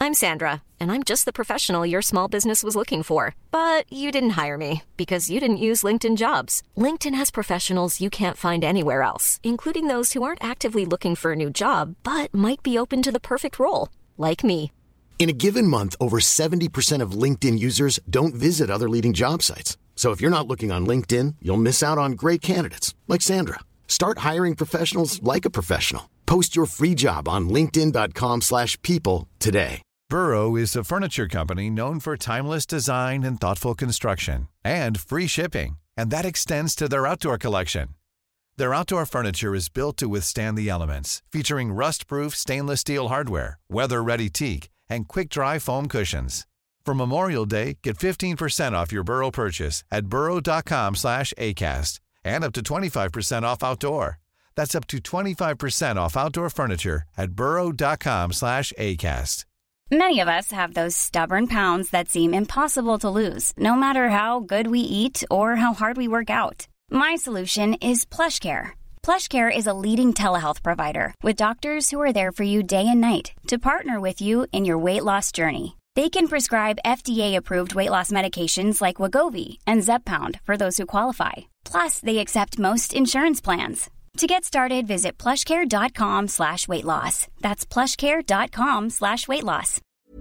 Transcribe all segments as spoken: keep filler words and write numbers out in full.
I'm Sandra, and I'm just the professional your small business was looking for. But you didn't hire me because you didn't use LinkedIn Jobs. LinkedIn has professionals you can't find anywhere else, including those who aren't actively looking for a new job, but might be open to the perfect role, like me. In a given month, over seventy percent of LinkedIn users don't visit other leading job sites. So if you're not looking on LinkedIn, you'll miss out on great candidates like Sandra. Start hiring professionals like a professional. Post your free job on linkedin dot com slash people today. Burrow is a furniture company known for timeless design and thoughtful construction and free shipping, and that extends to their outdoor collection. Their outdoor furniture is built to withstand the elements, featuring rust-proof stainless steel hardware, weather-ready teak, and quick-dry foam cushions. For Memorial Day, get fifteen percent off your Burrow purchase at burrow dot com slash acast and up to twenty-five percent off outdoor. That's up to twenty-five percent off outdoor furniture at burrow dot com slash acast. Many of us have those stubborn pounds that seem impossible to lose, no matter how good we eat or how hard we work out. My solution is PlushCare. PlushCare is a leading telehealth provider with doctors who are there for you day and night to partner with you in your weight loss journey. They can prescribe F D A-approved weight loss medications like Wegovy and Zepbound for those who qualify. Plus, they accept most insurance plans. To get started, visit plushcare.com slash weight loss. That's plushcare.com slash weight loss.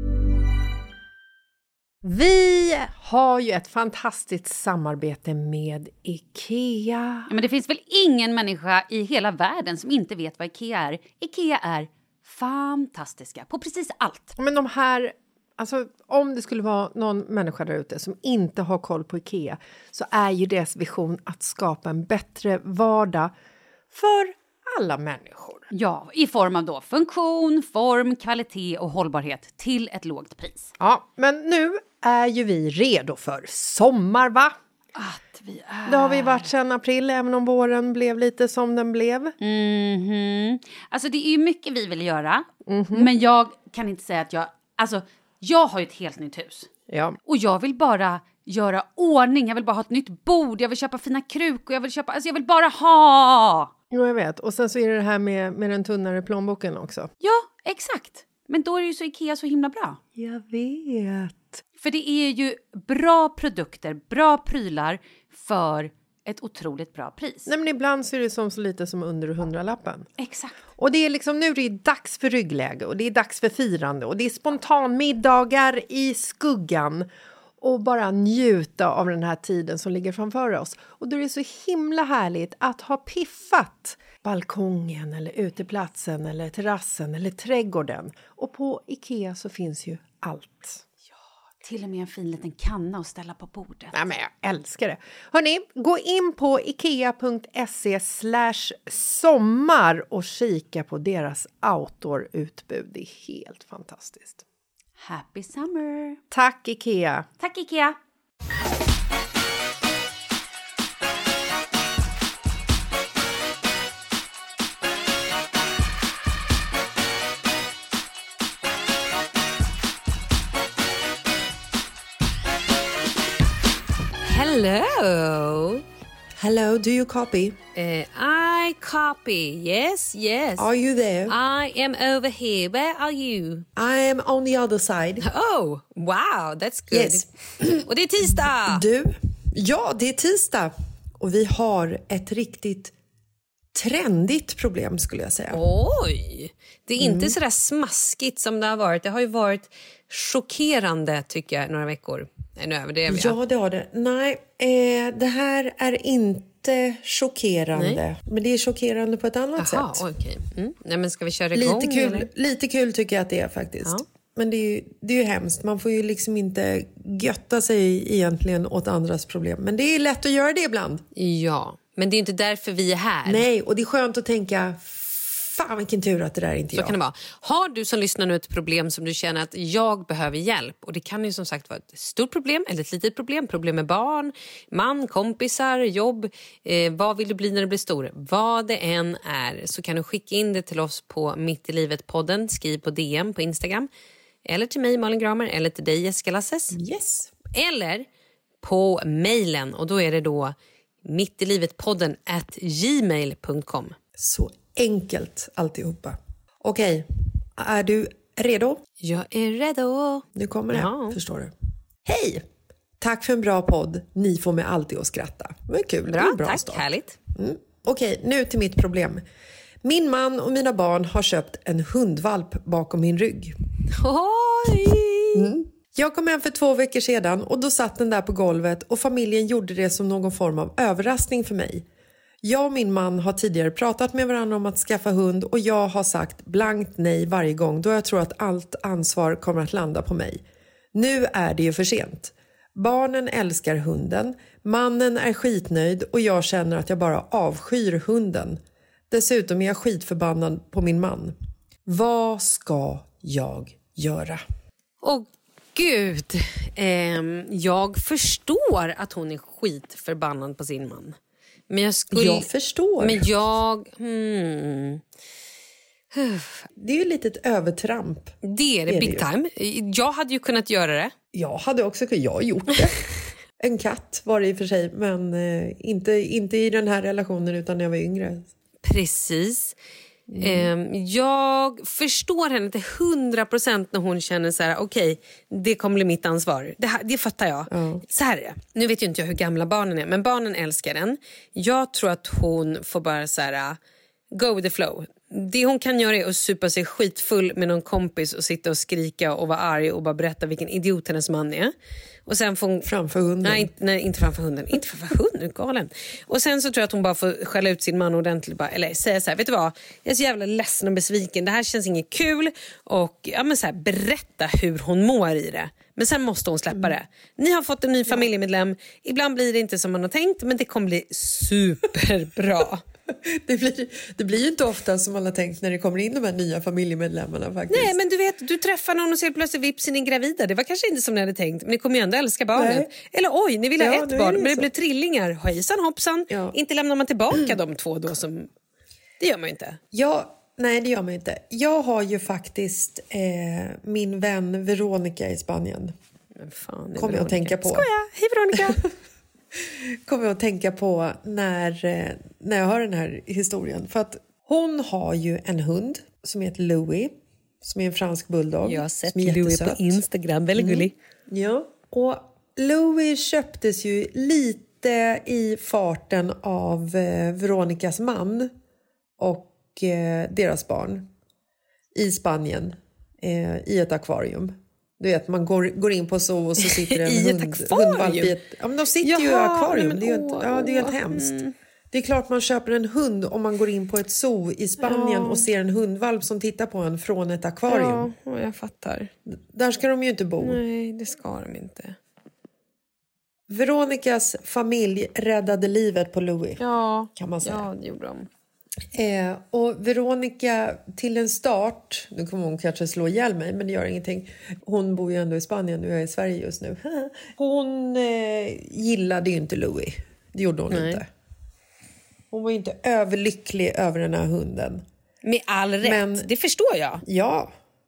Vi har ju ett fantastiskt samarbete med IKEA. Ja, men det finns väl ingen människa i hela världen som inte vet vad IKEA är. IKEA är fantastiska på precis allt. Men de här, alltså om det skulle vara någon människa där ute som inte har koll på IKEA, så är ju deras vision att skapa en bättre vardag för alla människor. Ja, i form av då funktion, form, kvalitet och hållbarhet till ett lågt pris. Ja, men nu är ju vi redo för sommar, va? Att vi är... Det har vi varit sedan april, även om våren blev lite som den blev. Mhm. Alltså det är ju mycket vi vill göra. Mm-hmm. Men jag kan inte säga att jag... Alltså, jag har ju ett helt nytt hus. Ja. Och jag vill bara göra ordning. Jag vill bara ha ett nytt bord. Jag vill köpa fina krukor. Jag vill köpa... Alltså jag vill bara ha... Jo, jag vet. Och sen så är det det här med, med den tunnare plånboken också. Ja, exakt. Men då är det ju så IKEA så himla bra. Jag vet. För det är ju bra produkter, bra prylar för ett otroligt bra pris. Nej, men ibland så är det som så lite som under hundralappen. Exakt. Och det är liksom, nu är det dags för ryggläge och det är dags för firande och det är spontanmiddagar i skuggan. Och bara njuta av den här tiden som ligger framför oss. Och då är det så himla härligt att ha piffat balkongen eller uteplatsen eller terrassen eller trädgården. Och på IKEA så finns ju allt. Ja, till och med en fin liten kanna att ställa på bordet. Nej, men jag älskar det. Hörrni, gå in på ikea.se slash sommar och kika på deras outdoor-utbud. Det är helt fantastiskt. Happy summer! Tack IKEA! Tack IKEA! Hello! Hello, do you copy? Uh, I copy. Yes, yes. Are you there? I am over here. Where are you? I am on the other side. Oh, wow, that's good. Yes. Och det är tisdag! Du, ja, det är tisdag. Och vi har ett riktigt trendigt problem, skulle jag säga. Oj! Det är inte mm. sådär smaskigt som det har varit. Det har ju varit chockerande, tycker jag, några veckor. Nu överdrev jag. Ja, det har det. Nej, eh, det här är inte chockerande. Nej. Men det är chockerande på ett annat Aha, sätt. Okej. Mm. Nej, men ska vi köra igång? Lite kul, lite kul tycker jag att det är faktiskt. Ja. Men det är, ju, det är ju hemskt. Man får ju liksom inte götta sig egentligen åt andras problem. Men det är lätt att göra det ibland. Ja, men det är inte därför vi är här. Nej, och det är skönt att tänka... Fan, vilken tur att det där är inte så jag. Kan det vara. Har du som lyssnar nu ett problem som du känner att jag behöver hjälp, och det kan ju som sagt vara ett stort problem eller ett litet problem, problem med barn, man, kompisar, jobb, eh, vad vill du bli när du blir stor? Vad det än är, så kan du skicka in det till oss på Mitt i livet-podden, skriv på D M på Instagram, eller till mig Malin Gramer, eller till dig Jessica Lasses. Yes. Eller på mejlen, och då är det då mittilivetpodden at gmail punkt com. Så enkelt alltihopa. Okej, är du Redo? Jag är redo. Nu kommer det, Ja. förstår du. Hej! Tack för en bra podd. Ni får mig alltid att skratta. Det var kul. Bra, det är en bra tack. start. Härligt. Mm. Okej, nu till mitt problem. Min man och mina barn har köpt en hundvalp bakom min rygg. Oj! Mm. Jag kom hem för två veckor sedan och då satt den där på golvet och familjen gjorde det som någon form av överraskning för mig. Jag och min man har tidigare pratat med varandra om att skaffa hund och jag har sagt blankt nej varje gång då jag tror att allt ansvar kommer att landa på mig. Nu är det ju för sent. Barnen älskar hunden, mannen är skitnöjd och jag känner att jag bara avskyr hunden. Dessutom är jag skitförbannad på min man. Vad ska jag göra? Åh gud, ehm, jag förstår att hon är skitförbannad på sin man. Men jag skulle... Jag förstår. Men jag... Hmm. Det är ju lite ett övertramp. Det är det, Det är big det time. Jag hade ju kunnat göra det. Jag hade också jag har gjort det. En katt var det i och för sig, men eh, inte, inte i den här relationen utan när jag var yngre. Precis. Mm. Jag förstår henne till hundra procent när hon känner så här: okej, okay, det kommer bli mitt ansvar. Det, här, det fattar jag. Ja. Så här är det. Nu vet ju inte jag hur gamla barnen är, men barnen älskar den. Jag tror att hon får bara så här, go with the flow. Det hon kan göra är att supa sig skitfull med någon kompis och sitta och skrika och vara arg och bara berätta vilken idiot hennes man är. Och sen får hon... Framför hunden. Nej, inte, nej, inte framför hunden. Inte framför hunden, galen. Och sen så tror jag att hon bara får skälla ut sin man ordentligt. Bara, eller säga så här, vet du vad? Jag är så jävla ledsen och besviken. Det här känns inget kul. Och ja, men så här, berätta hur hon mår i det. Men sen måste hon släppa mm. det. Ni har fått en ny familjemedlem. Ibland blir det inte som man har tänkt, men det kommer bli superbra. Det blir, det blir ju inte ofta som man har tänkt när det kommer in de här nya familjemedlemmarna faktiskt. Nej, men du vet, du träffar någon och ser plötsligt vips, ni är gravida. Det var kanske inte som ni hade tänkt, men ni kommer ju ändå älska barnet. Nej. Eller oj, ni vill ha ja, ett barn, det men det så. blir trillingar. Hejsan hoppsan. Ja. Inte lämnar man tillbaka mm. de två då som... Det gör man ju inte. Ja, nej, det gör man inte. Jag har ju faktiskt eh, min vän Veronica i Spanien. Men fan, kommer jag att tänka på. Skoja, hej Veronica. kommer jag att tänka på när, när jag hör den här historien. För att hon har ju en hund som heter Louis, som är en fransk bulldog. Jag har sett Louis på Instagram, väldigt gullig. Mm. Ja, och Louis köptes ju lite i farten av eh, Veronicas man och eh, deras barn i Spanien eh, i ett akvarium. Du vet, man går, går in på så och så sitter en I hund, ett hundvalp i ett... Ja, men de sitter Jaha, ju i akvarium. Men, det är ju ett, ja, det är ju helt hemskt. Mm. Det är klart man köper en hund om man går in på ett zoo i Spanien ja. och ser en hundvalp som tittar på en från ett akvarium. Ja, jag fattar. Där ska de ju inte bo. Nej, det ska de inte. Veronicas familj räddade livet på Louis. Ja, kan man säga. Ja, det gjorde de. Eh, och Veronica till en start, nu kommer hon kanske slå ihjäl mig men det gör ingenting, hon bor ju ändå i Spanien och jag är i Sverige just nu. Hon eh, gillade ju inte Louis, det gjorde hon Nej. inte. Hon var ju inte överlycklig över den här hunden. Med all rätt, men, det förstår jag. Ja,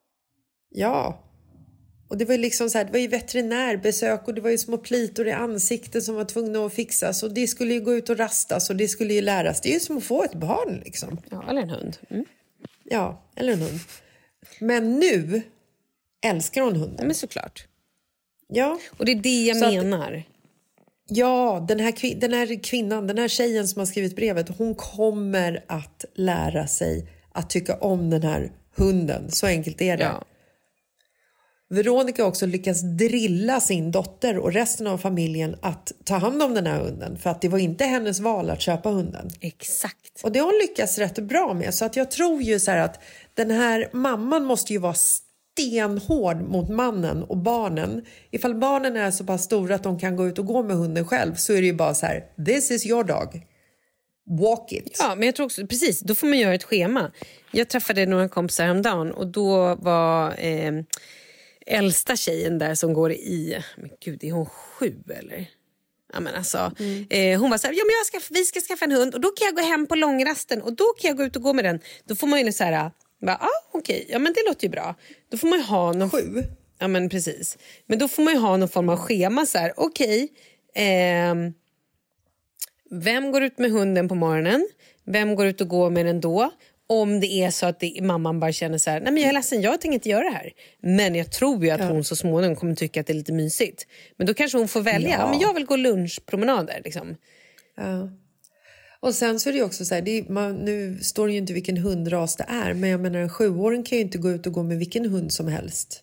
ja. Och det var ju liksom så här, det var ju veterinärbesök och det var ju små plitor i ansiktet som var tvungna att fixas och det skulle ju gå ut och rastas och det skulle ju läras. Det är ju som att få ett barn liksom. Ja, eller en hund. Mm. Ja, eller en hund. Men nu älskar hon hunden. Ja, men såklart. Ja. Och det är det jag så menar. Att, ja, den här, den här kvinnan, den här tjejen som har skrivit brevet, hon kommer att lära sig att tycka om den här hunden. Så enkelt är det. Ja. Veronica har också lyckats drilla sin dotter och resten av familjen att ta hand om den här hunden. För att det var inte hennes val att köpa hunden. Exakt. Och det har hon lyckats rätt bra med. Så att jag tror ju så här att den här mamman måste ju vara stenhård mot mannen och barnen. Ifall barnen är så pass stora att de kan gå ut och gå med hunden själv så är det ju bara så här, this is your dog. Walk it. Ja, men jag tror också, precis, då får man göra ett schema. Jag träffade några kompisar häromdagen och då var... Eh, äldsta tjejen där som går i, men gud, är hon sju eller? Ja, men alltså, mm. eh, hon var så här, ja men jag ska, vi ska skaffa en hund och då kan jag gå hem på långrasten och då kan jag gå ut och gå med den. Då får man ju så här, ja ah, okej, okay, ja men det låter ju bra. Då får man ju ha någon... Sju? Ja men precis. Men då får man ju ha någon form av schema så här, okej, okay, eh, vem går ut med hunden på morgonen? Vem går ut och går med den då? Om det är så att det, mamman bara känner så här, nej men jag är ledsen, jag tänker inte göra det här. Men jag tror ju att ja. hon så småningom kommer tycka att det är lite mysigt. Men då kanske hon får välja, ja. men jag vill gå lunchpromenader liksom. Ja. Och sen så är det också så här, det är, man, nu står det ju inte vilken hundras det är. Men jag menar en sjuåring kan ju inte gå ut och gå med vilken hund som helst.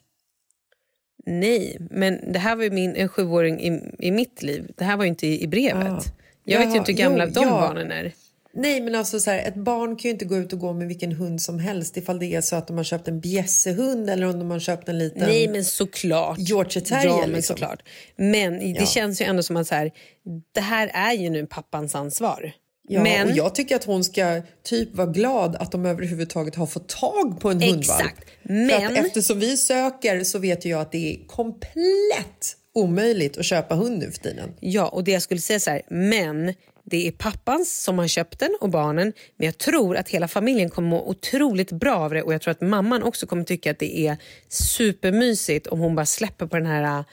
Nej, men det här var ju min, en sjuåring i, i mitt liv. Det här var ju inte i, i brevet. Ja. Jag Jaha, vet ju inte hur gamla jo, de ja. barnen är. Nej, men alltså så här, ett barn kan ju inte gå ut och gå med vilken hund som helst ifall det är så att de har köpt en bjässehund eller om de har köpt en liten... Nej, men såklart. Yorkshire terrier, ja, men liksom. såklart. Men det ja. känns ju ändå som att så här, det här är ju nu pappans ansvar. Ja, men... och jag tycker att hon ska typ vara glad att de överhuvudtaget har fått tag på en hundvalp. Exakt. Men... För att eftersom vi söker så vet jag att det är komplett omöjligt att köpa hund nu för tiden. Ja, och det jag skulle säga så här, men det är pappans som har köpt den och barnen. Men jag tror att hela familjen kommer må otroligt bra av det. Och jag tror att mamman också kommer tycka att det är supermysigt om hon bara släpper på den här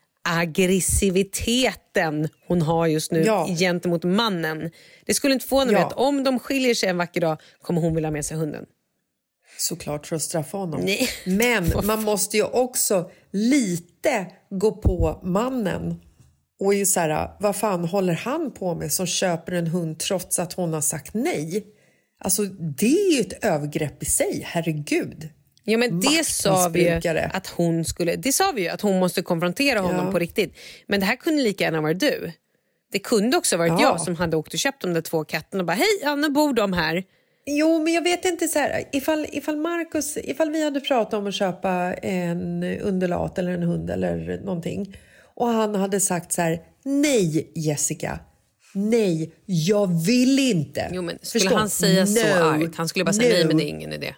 aggressiviteten hon har just nu ja. gentemot mannen. Det skulle inte få något ja. att om de skiljer sig en vacker dag kommer hon vilja med sig hunden. Såklart för att straffa honom. Nej. Men man måste ju också lite gå på mannen. Och ju så här, vad fan håller han på med som köper en hund trots att hon har sagt nej? Alltså det är ju ett övergrepp i sig, herregud. Ja, men det sa vi ju att hon skulle, det sa vi ju att hon måste konfrontera honom ja. på riktigt. Men det här kunde lika gärna vara du. Det kunde också varit ja. jag som hade åkt och köpt de där två katterna och bara, hej, ja, nu bor de här. Jo, men jag vet inte så här, ifall, ifall Marcus, ifall vi hade pratat om att köpa en underlat eller en hund eller någonting och han hade sagt så här, nej Jessica, nej, jag vill inte. Jo, men skulle Förstå? han säga no, så argt, han skulle bara säga no. nej, men det är ingen idé.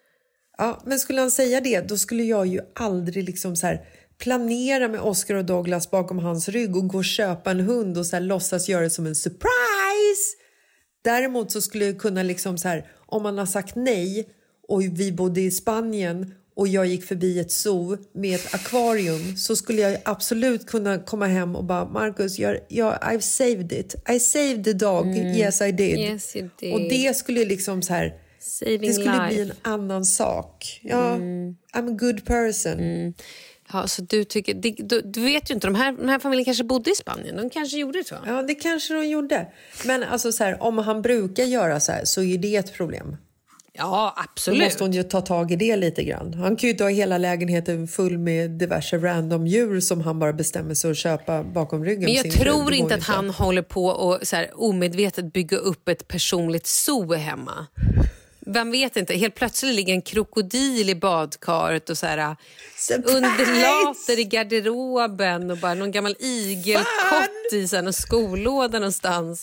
Ja, men skulle han säga det, då skulle jag ju aldrig liksom så här planera med Oscar och Douglas bakom hans rygg och gå och köpa en hund och så här låtsas göra det som en surprise. Däremot så skulle jag kunna liksom så här, om man har sagt nej och vi bodde i Spanien och jag gick förbi ett zoo med ett akvarium så skulle jag absolut kunna komma hem och bara, Marcus, jag, jag, I've saved it. I saved the dog. Mm. Yes, I did. Yes, you did. Och det skulle liksom så här, Saving det skulle life. bli en annan sak. Ja, mm. I'm a good person. Mm. Ja, så du tycker, det, du, du vet ju inte, de här, de här familjen kanske bodde i Spanien. De kanske gjorde så. Ja, det kanske de gjorde. Men alltså så här, om han brukar göra så här så är det ett problem. Ja, absolut. Då måste hon ju ta tag i det lite grann. Han kan ju inte ha hela lägenheten full med diverse random djur som han bara bestämmer sig att köpa bakom ryggen. Men jag tror inte att han håller på och så här, omedvetet bygga upp ett personligt zoo hemma. Vem vet inte, helt plötsligt ligger en krokodil i badkaret och så här underlater i garderoben och bara någon gammal igelkott i en skolåda någonstans.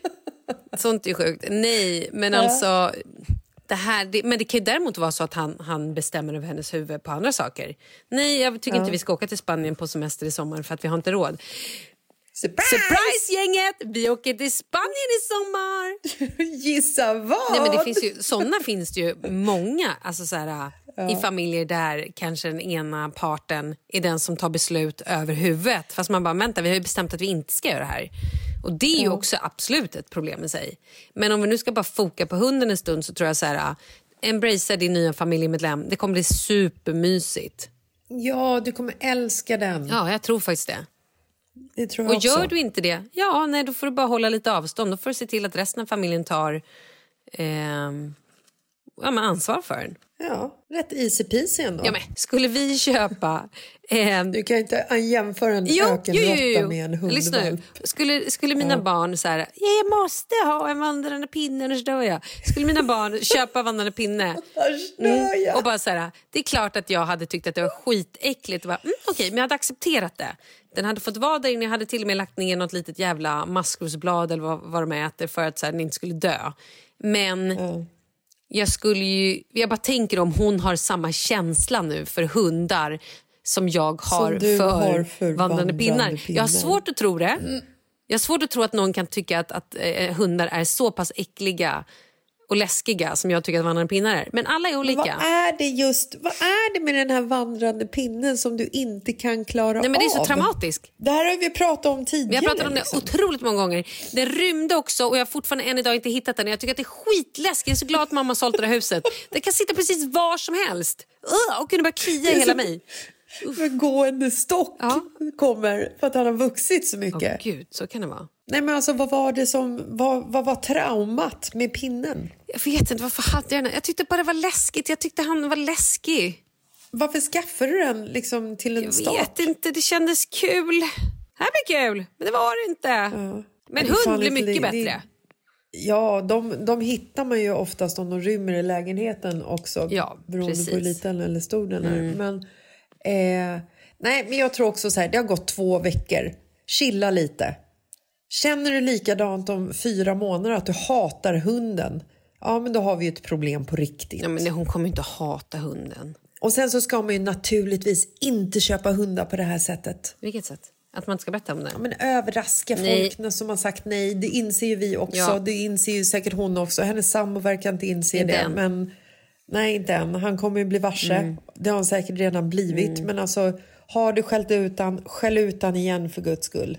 Sånt är sjukt. Nej, men alltså det här, det, men det kan ju däremot vara så att han, han bestämmer över hennes huvud på andra saker. Nej, jag tycker ja. inte vi ska åka till Spanien på semester i sommar för att vi har inte råd. Surprise! Surprise gänget! Vi åker till Spanien i sommar. Gissa vad? Nej, men det finns ju, sådana finns det ju många alltså så här, ja. i familjer där kanske den ena parten är den som tar beslut över huvudet. Fast man bara, vänta, vi har ju bestämt att vi inte ska göra det här. Och det är ju ja. också absolut ett problem i sig. Men om vi nu ska bara foka på hunden en stund så tror jag så här, embrace din nya familjemedlem. Det kommer bli supermysigt. Ja, du kommer älska den. Ja, jag tror faktiskt det. Det tror jag och också. gör du inte det, ja, nej, då får du bara hålla lite avstånd. Då får du se till att resten av familjen tar eh, ja, men ansvar för den. Ja, rätt easy peasy ändå. Ja, men skulle vi köpa... Eh, du kan inte jämföra en ökenråtta med en hundvalp. Skulle, skulle mina ja. barn så här, jag måste ha en vandrande pinne, annars dör jag. Skulle mina barn köpa vandrande pinne mm, och bara så här, det är klart att jag hade tyckt att det var skitäckligt. Mm, Okej, okay, men jag hade accepterat det. Den hade fått vara där inne. Jag hade till och med lagt ner något litet jävla maskrosblad eller vad, vad de äter för att så här, den inte skulle dö. Men... Mm. Jag skulle ju, jag bara tänker om hon har samma känsla nu för hundar som jag har, som för, har för vandrande pinnar. pinnar. Jag har svårt att tro det. Mm. Jag har svårt att tro att någon kan tycka att, att eh, hundar är så pass äckliga. och läskiga som jag tycker att vandrande pinnar är. Men alla är olika. Vad är det just, vad är det med den här vandrande pinnen som du inte kan klara Nej, men det är så av? traumatisk. Det här har vi pratat om tidigare. Vi har pratat om det liksom. otroligt många gånger. Den rymde också och jag har fortfarande än idag inte hittat den. Jag tycker att det är skitläskigt. Jag är så glad att mamma har sålt det här huset. Det kan sitta precis var som helst. Uh, och kunde bara klia i hela mig. En gående stock ja. kommer för att han har vuxit så mycket. Åh gud, så kan det vara. Nej men alltså vad var det som, vad, vad var traumat med pinnen? Jag vet inte, varför hade jag den? Jag tyckte bara det var läskigt. Jag tyckte han var läskig. Varför skaffade du den liksom till en jag start? Jag vet inte, det kändes kul. Det här blir kul, men det var det inte. Ja. Men hund blir mycket det, bättre. Det, ja, de, de hittar man ju oftast om de rymmer i lägenheten också. Ja, beroende precis. på hur liten eller stor den är. Mm. Men, eh, nej, men jag tror också så här, det har gått två veckor. Chilla lite. Känner du likadant om fyra månader att du hatar hunden? Ja, men då har vi ju ett problem på riktigt. Ja, men hon kommer inte att hata hunden. Och sen så ska man ju naturligtvis inte köpa hundar på det här sättet. Vilket sätt? Att man ska berätta om det? Ja, men överraska nej. folk när som har sagt nej. Det inser ju vi också. Ja. Det inser ju säkert hon också. Hennes sambo verkar inte inse inte det. Än. Men nej, inte än. Han kommer ju bli varse. Mm. Det har han säkert redan blivit. Mm. Men alltså, har du skällt utan, skäll utan igen för Guds skull.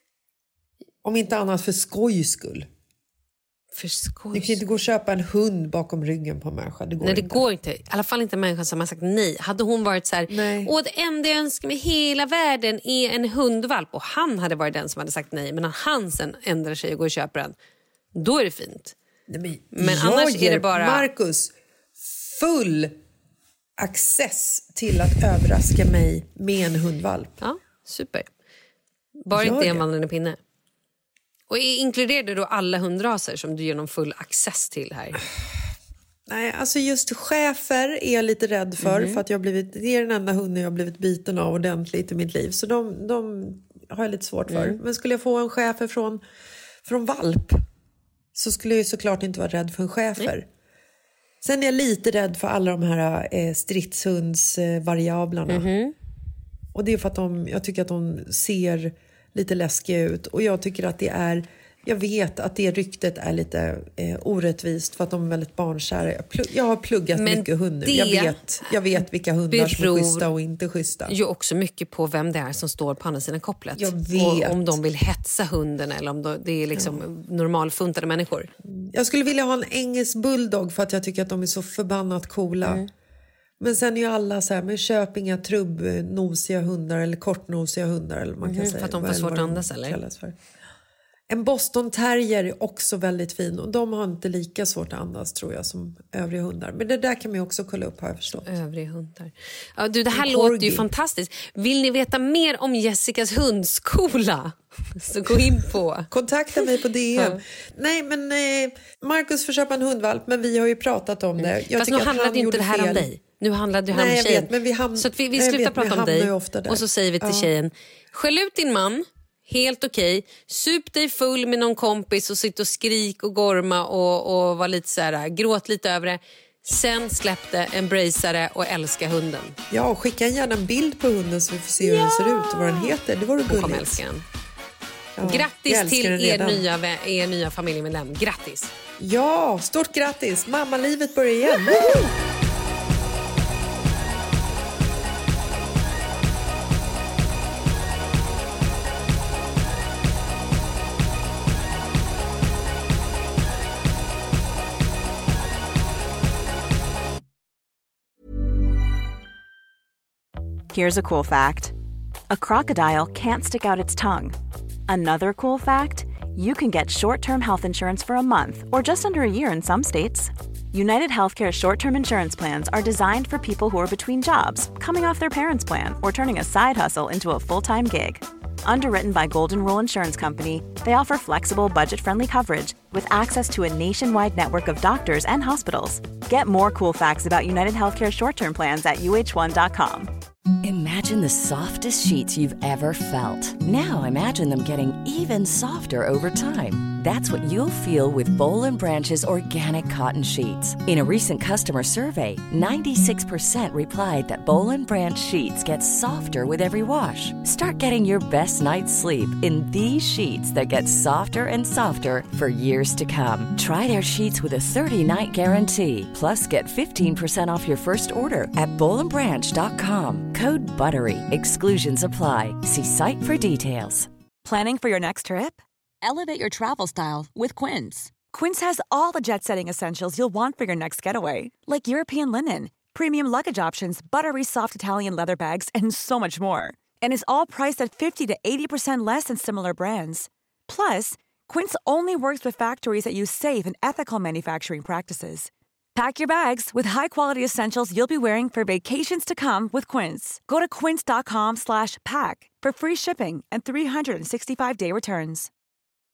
Om inte annat för skojs skull. För skojs. Du kan inte gå och köpa en hund bakom ryggen på en människa. Det går nej, det inte. går inte. I alla fall inte en människa som har sagt nej. Hade hon varit så här, nej. Åh, det enda jag önskar med hela världen är en hundvalp. Och han hade varit den som hade sagt nej. Men när han sen ändrar sig och går och köper den, då är det fint. Nej, men men annars är det bara... Marcus, full access till att överraska mig med en hundvalp. Ja, super. Bara Gör inte en det. vandrande pinne. Och inkluderar du då alla hundraser som du ger någon full access till här? Nej, alltså just schäfer är jag lite rädd för. Mm. För att jag har blivit, det är den enda hunden jag har blivit biten av ordentligt i mitt liv. Så de, de har jag lite svårt för. Mm. Men skulle jag få en schäfer från, från valp så skulle jag ju såklart inte vara rädd för en schäfer. Mm. Sen är jag lite rädd för alla de här eh, stridshundsvariablarna. Eh, mm. Och det är för att de, jag tycker att de ser lite läskiga ut. Och jag tycker att det är... Jag vet att det ryktet är lite eh, orättvist för att de är väldigt barnkära. Jag, plugg, jag har pluggat men mycket hundar. Jag vet, jag vet vilka hundar som är schyssta och inte schyssta. Ju också mycket på vem det är som står på andra sidan kopplet. Jag vet. Och om de vill hetsa hunden eller om det är liksom ja. normalfuntade människor. Jag skulle vilja ha en engelsk bulldog för att jag tycker att de är så förbannat coola. Mm. Men sen är ju alla så här, men köp inga trubbnosiga hundar eller kortnosiga hundar. Eller man kan mm, säga. För att de får svårt att andas eller? För. En Boston Terrier är också väldigt fin. Och de har inte lika svårt att andas tror jag som övriga hundar. Men det där kan man ju också kolla upp har jag förstått. Övriga hundar. Ja, du, det här en låter ju fantastiskt. Vill ni veta mer om Jessicas hundskola? Så gå in på. Kontakta mig på D M. Ja. Nej men eh, Marcus får köpa en hundvalp. Men vi har ju pratat om det. Jag Fast nu handlade inte det här fel. om dig. Nu handlade det här Nej, om tjejen. Vet, men vi ham- så att vi, vi slutar vet, prata vi om dig. Och så säger vi till ja. tjejen. Skäll ut din man. Helt okej. Okay. Sup dig full med någon kompis och sitt och skrik och gorma och, och var lite så här, gråt lite över det. Sen släppte, embraceade det och älska hunden. Ja, och skicka gärna en bild på hunden så vi får se hur ja. den ser ut och vad den heter. Det vore gulligt. Kom älskan. Ja, grattis till er nya, er nya familjemedlem. Grattis. Ja, stort grattis. Mammalivet börjar igen. Here's a cool fact. A crocodile can't stick out its tongue. Another cool fact, you can get short-term health insurance for a month or just under a year in some states. United Healthcare short-term insurance plans are designed for people who are between jobs, coming off their parents' plan, or turning a side hustle into a full-time gig. Underwritten by Golden Rule Insurance Company, they offer flexible, budget-friendly coverage with access to a nationwide network of doctors and hospitals. Get more cool facts about United Healthcare short-term plans at U H one dot com. Imagine the softest sheets you've ever felt. Now imagine them getting even softer over time. That's what you'll feel with Bowl and Branch's organic cotton sheets. In a recent customer survey, ninety-six percent replied that Bowl and Branch sheets get softer with every wash. Start getting your best night's sleep in these sheets that get softer and softer for years to come. Try their sheets with a thirty-night guarantee. Plus, get fifteen percent off your first order at bowl and branch dot com. Code BUTTERY. Exclusions apply. See site for details. Planning for your next trip? Elevate your travel style with Quince. Quince has all the jet-setting essentials you'll want for your next getaway, like European linen, premium luggage options, buttery soft Italian leather bags, and so much more. And is all priced at fifty to eighty percent less than similar brands. Plus, Quince only works with factories that use safe and ethical manufacturing practices. Pack your bags with high-quality essentials you'll be wearing for vacations to come with Quince. Go to quince dot com slash pack for free shipping and three sixty-five day returns.